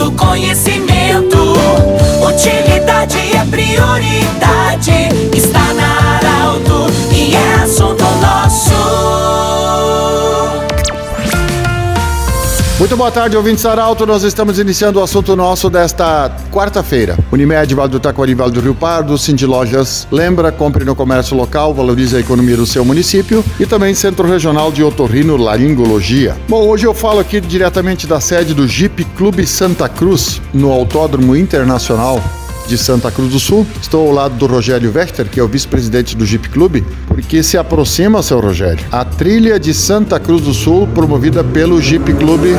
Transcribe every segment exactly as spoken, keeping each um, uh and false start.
do conhecimento. Utilidade é prioridade. Está na Arauto e é assunto nosso. Muito boa tarde, ouvintes Arauto. Nós estamos iniciando o assunto nosso desta quarta-feira. Unimed, Vale do Taquari, Vale do Rio Pardo, Cindy Lojas Lembra, compre no comércio local, valorize a economia do seu município, e também Centro Regional de Otorrinolaringologia. Bom, hoje eu falo aqui diretamente da sede do Jeep Clube Santa Cruz, no Autódromo Internacional de Santa Cruz do Sul. Estou ao lado do Rogério Wächter, que é o vice-presidente do Jeep Clube, porque se aproxima, seu Rogério, a trilha de Santa Cruz do Sul, promovida pelo Jeep Clube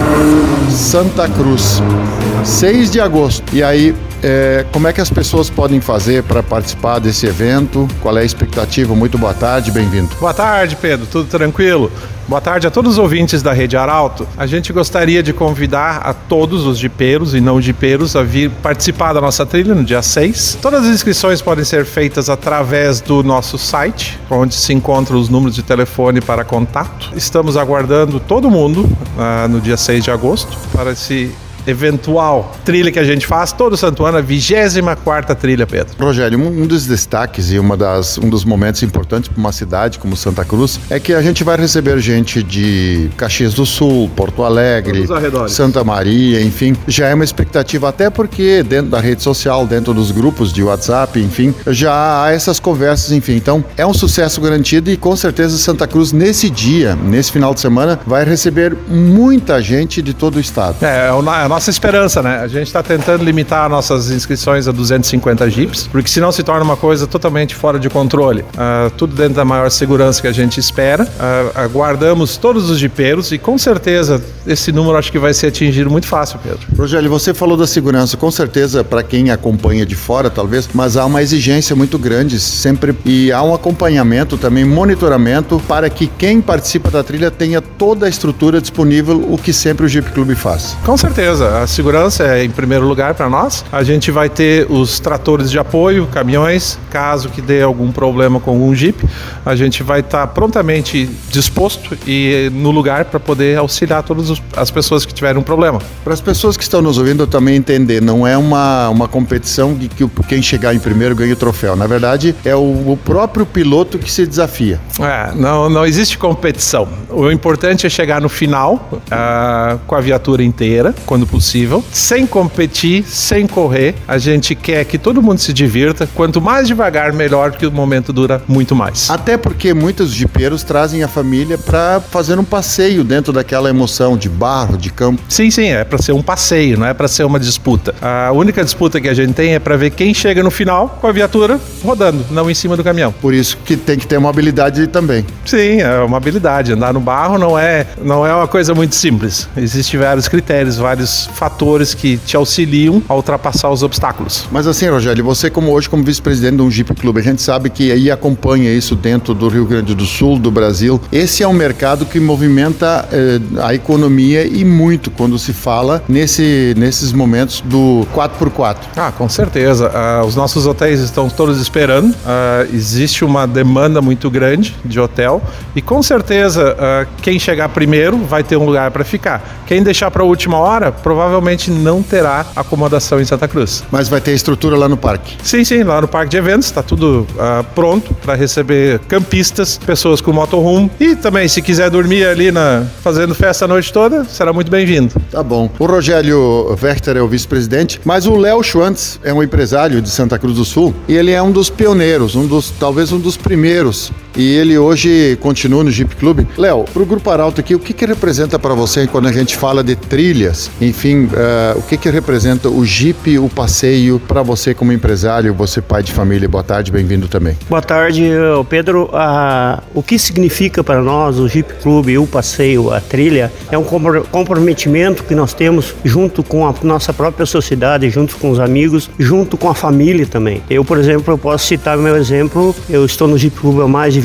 Santa Cruz, seis de agosto. E aí, é, como é que as pessoas podem fazer para participar desse evento? Qual é a expectativa? Muito boa tarde, bem-vindo. Boa tarde, Pedro, tudo tranquilo? Boa tarde a todos os ouvintes da Rede Arauto. A gente gostaria de convidar a todos os jipeiros e não jipeiros a vir participar da nossa trilha no dia seis. Todas as inscrições podem ser feitas através do nosso site, onde se encontram os números de telefone para contato. Estamos aguardando todo mundo uh, no dia seis de agosto para esse eventual trilha que a gente faz todo santo ano, a vigésima quarta trilha, Pedro. Rogério, um, um dos destaques e uma das, um dos momentos importantes para uma cidade como Santa Cruz é que a gente vai receber gente de Caxias do Sul, Porto Alegre, Santa Maria, enfim. Já é uma expectativa, até porque dentro da rede social, dentro dos grupos de WhatsApp, enfim, já há essas conversas, enfim. Então, é um sucesso garantido e com certeza Santa Cruz, nesse dia, nesse final de semana, vai receber muita gente de todo o estado. É, é nossa esperança, né? A gente está tentando limitar nossas inscrições a duzentos e cinquenta Jeeps, porque senão se torna uma coisa totalmente fora de controle. Uh, tudo dentro da maior segurança que a gente espera. Uh, aguardamos todos os jipeiros e com certeza esse número acho que vai ser atingido muito fácil, Pedro. Rogério, você falou da segurança, com certeza para quem acompanha de fora talvez, mas há uma exigência muito grande sempre, e há um acompanhamento também, monitoramento, para que quem participa da trilha tenha toda a estrutura disponível, o que sempre o Jeep Clube faz. Com certeza. A segurança é em primeiro lugar para nós. A gente vai ter os tratores de apoio, caminhões, caso que dê algum problema com algum Jeep, a gente vai estar tá prontamente disposto e no lugar para poder auxiliar todas as pessoas que tiverem um problema. Para as pessoas que estão nos ouvindo também entender, não é uma, uma competição de que quem chegar em primeiro ganha o troféu. Na verdade, é o, o próprio piloto que se desafia. É, não, não existe competição. O importante é chegar no final uh, com a viatura inteira, quando possível, sem competir, sem correr. A gente quer que todo mundo se divirta. Quanto mais devagar, melhor, porque o momento dura muito mais. Até porque muitos jipeiros trazem a família para fazer um passeio dentro daquela emoção de barro, de campo. Sim, sim, é para ser um passeio, não é para ser uma disputa. A única disputa que a gente tem é para ver quem chega no final com a viatura rodando, não em cima do caminhão. Por isso que tem que ter uma habilidade também. Sim, é uma habilidade. Andar no barro não é, não é uma coisa muito simples. Existem vários critérios, vários fatores que te auxiliam a ultrapassar os obstáculos. Mas assim, Rogério, você como hoje como vice-presidente de um Jeep Clube, a gente sabe que aí acompanha isso dentro do Rio Grande do Sul, do Brasil. Esse é um mercado que movimenta eh, a economia e muito quando se fala nesse, nesses momentos do quatro por quatro. Ah, com certeza. Uh, os nossos hotéis estão todos esperando. Uh, existe uma demanda muito grande de hotel e com certeza uh, quem chegar primeiro vai ter um lugar para ficar. Quem deixar para a última hora, provavelmente não terá acomodação em Santa Cruz. Mas vai ter estrutura lá no parque? Sim, sim, lá no parque de eventos está tudo uh, pronto para receber campistas, pessoas com motorhome e também se quiser dormir ali na, fazendo festa a noite toda, será muito bem-vindo. Tá bom. O Rogério Wächter é o vice-presidente, mas o Léo Schwantz é um empresário de Santa Cruz do Sul e ele é um dos pioneiros, um dos, talvez um dos primeiros, e ele hoje continua no Jeep Clube. Léo, para o Grupo Arauto aqui, o que que representa para você quando a gente fala de trilhas, enfim, uh, o que que representa o Jeep, o passeio para você como empresário, você pai de família? Boa tarde, bem-vindo também. Boa tarde, Pedro. Uh, o que significa para nós o Jeep Clube, o passeio, a trilha, é um comprometimento que nós temos junto com a nossa própria sociedade, junto com os amigos, junto com a família também. Eu, por exemplo, eu posso citar meu exemplo, eu estou no Jeep Clube há mais de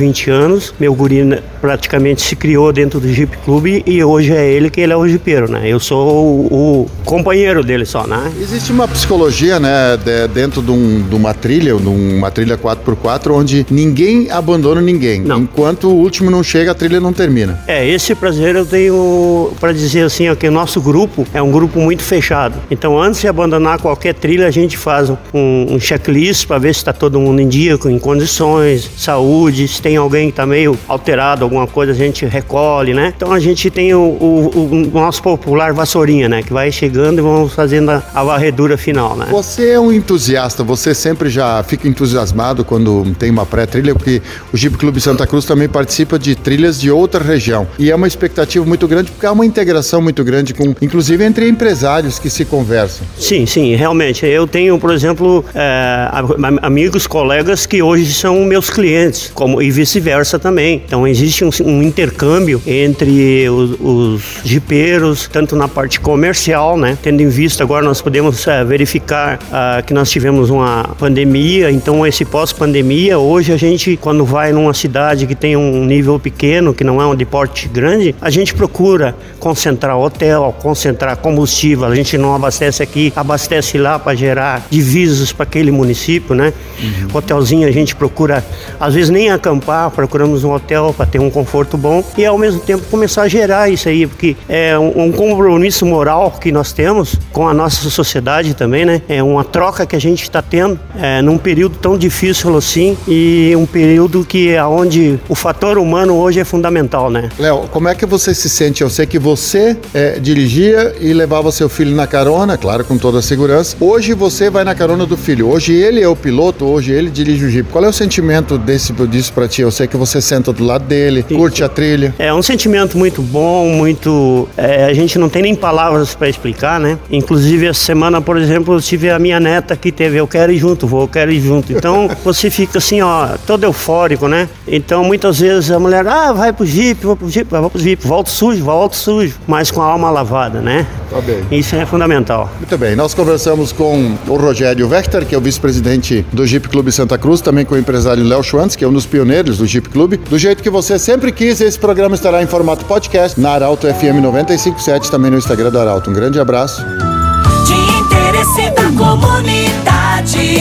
vinte anos. Meu guri praticamente se criou dentro do Jeep Clube e hoje é ele que ele é o jipeiro, né? Eu sou o, o companheiro dele só, né? Existe uma psicologia, né, de, dentro de, um, de uma trilha, de uma trilha quatro por quatro, onde ninguém abandona ninguém. Não. Enquanto o último não chega, a trilha não termina. É, esse prazer eu tenho para dizer assim, ó, que o nosso grupo é um grupo muito fechado. Então, antes de abandonar qualquer trilha, a gente faz um, um checklist para ver se está todo mundo em dia, em condições, saúde, se tem alguém que está meio alterado, alguma coisa, a gente recolhe, né? Então, a gente tem o, o, o nosso popular vassourinha, né? Que vai chegando e vamos fazendo a, a varredura final, né? Você é um entusiasta, você sempre já fica entusiasmado quando tem uma pré-trilha, porque o Jeep Clube Santa Cruz também participa de trilhas de outra região. E é uma expectativa muito grande, porque há uma integração muito grande, com, inclusive entre empresários que se conversam. Sim, sim, realmente. Eu tenho, por exemplo, é, amigos, colegas que hoje são meus clientes, como, e vice-versa também. Então existe um, um intercâmbio entre os, os jipeiros, tanto na parte comercial, né? Tendo em vista agora nós podemos é, verificar é, que nós tivemos uma pandemia, então esse pós-pandemia, hoje a gente, quando vai numa cidade que tem um nível pequeno, que não é um de porte grande, a gente procura concentrar hotel, concentrar combustível, a gente não abastece aqui, abastece lá para gerar divisas para aquele município, né? Uhum. Hotelzinho a gente procura, às vezes nem acampar, procuramos um hotel para ter um conforto bom e ao mesmo tempo começar a gerar isso aí, porque é um, um compromisso moral que nós temos com a nossa sociedade também, né? É uma troca que a gente está tendo é, num período tão difícil assim e um período que é onde o fator humano hoje é fundamental, né? Léo, como é que você se sente? Eu sei que você é, dirigia e levava seu filho na carona, claro, com toda a segurança. Hoje você vai na carona do filho. Hoje ele é o piloto, hoje ele dirige o Jeep. Qual é o sentimento desse, disso pra ti? Eu sei que você senta do lado dele, Sim. curte a trilha. É um sentimento muito bom, muito... É, a gente não tem nem palavras para explicar, né? Inclusive, essa semana, por exemplo, eu tive a minha neta que teve eu quero ir junto, vou, eu quero ir junto. Então, você fica assim, ó, todo eufórico, né? Então, muitas vezes a mulher, ah, vai pro Jeep, vou pro Jeep, vai pro Jeep, volta sujo, volta sujo, mas com a alma lavada, né? Tá bem. Isso é fundamental. Muito bem, nós conversamos com o Rogério Wächter, que é o vice-presidente do Jeep Clube Santa Cruz, também com o empresário Léo Schwantz, que é um dos pioneiros do Jeep Clube. Do jeito que você sempre quis, esse programa estará em formato podcast na Arauto F M noventa e cinco ponto sete, também no Instagram da Arauto. Um grande abraço. De interesse da comunidade,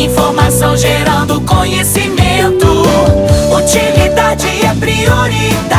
informação gerando conhecimento, utilidade é prioridade.